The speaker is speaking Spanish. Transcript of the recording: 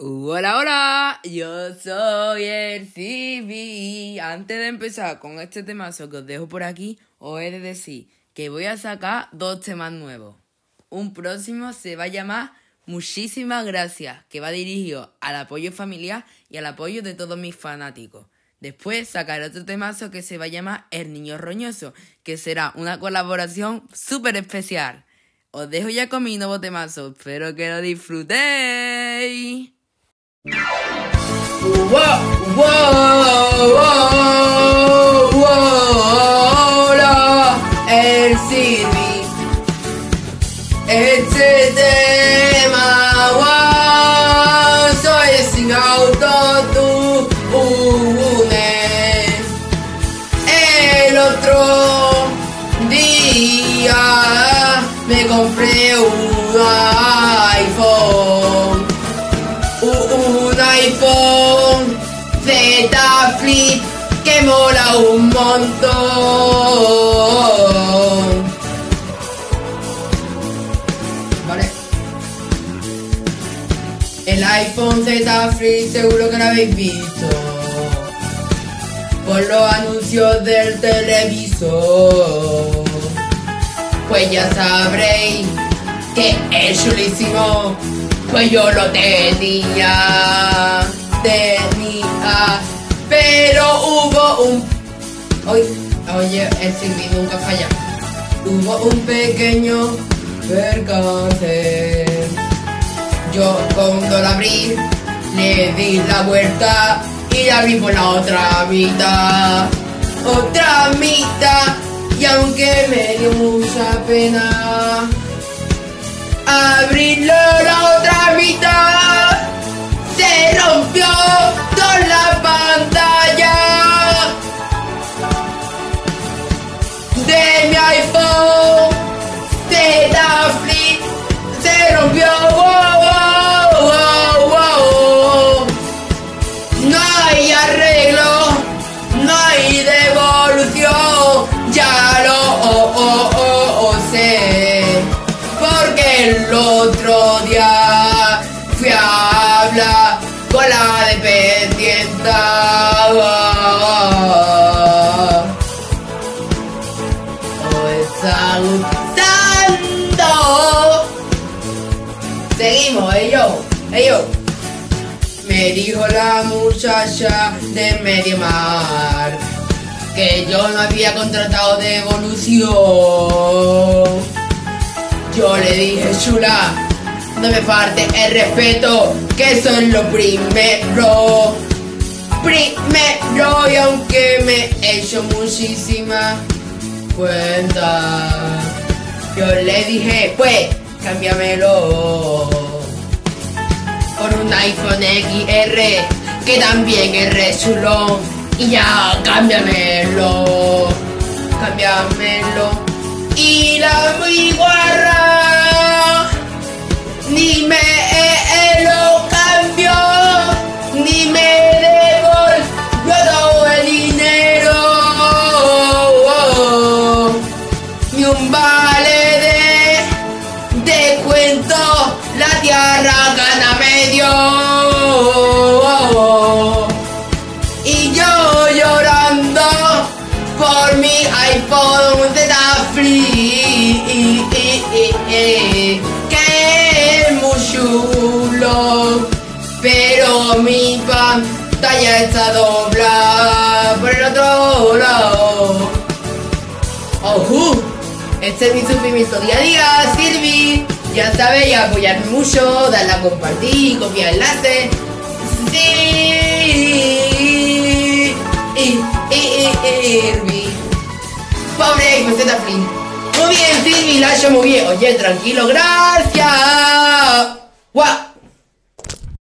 Hola, hola, yo soy el Civi. Antes de empezar con este temazo que os dejo por aquí, os he de decir que voy a sacar 2 temas nuevos. Un próximo se va a llamar Muchísimas Gracias, que va dirigido al apoyo familiar y al apoyo de todos mis fanáticos. Después sacaré otro temazo que se va a llamar El Niño Roñoso, que será una colaboración súper especial. Os dejo ya con mi nuevo temazo, espero que lo disfrutéis. Hola, el Civi. Este tema, soy sin autotune. El otro día me compré un iPhone. Un iPhone Z Flip que mola un montón. Vale. El iPhone Z Flip seguro que lo habéis visto por los anuncios del televisor. Pues ya sabréis que es chulísimo. Pues yo lo tenía, pero hubo un... Oye, el Civi nunca falla. Hubo un pequeño percance. Yo cuando la abrí, le di la vuelta y la abrí por la otra mitad. Y aunque me dio mucha pena abrirlo la otra mitad, se rompió toda la pantalla de mi iPhone Z Flip. Se rompió, no hay arreglo, no hay devolución, ya lo sé. El otro día fui a hablar con la dependienta. Está gustando. Seguimos, ello. Me dijo la muchacha de MediaMarkt que yo no había contratado devolución. Yo le dije, chula, no me falte el respeto, que eso es lo primero. Y aunque me he hecho muchísimas cuentas, yo le dije, pues, cámbiamelo por un iPhone XR, que también es re chulón. Y ya, cámbiamelo. Y la muy guarra ni me lo cambió, ni me devolvió todo el dinero, ni un vale de cuento la tierra gana medio. Y yo llorando por mi iPhone Z Flip, que es muy chulo, pero mi pantalla está doblada por el otro lado. Este es mi sufrimiento día a día, Civi. Ya sabéis, apoyarme mucho, darle a compartir, copiar enlaces. Pobre iPhone Z Flip. Muy bien, Civi, la ha hecho muy bien. Oye, tranquilo, gracias. ¡Guau!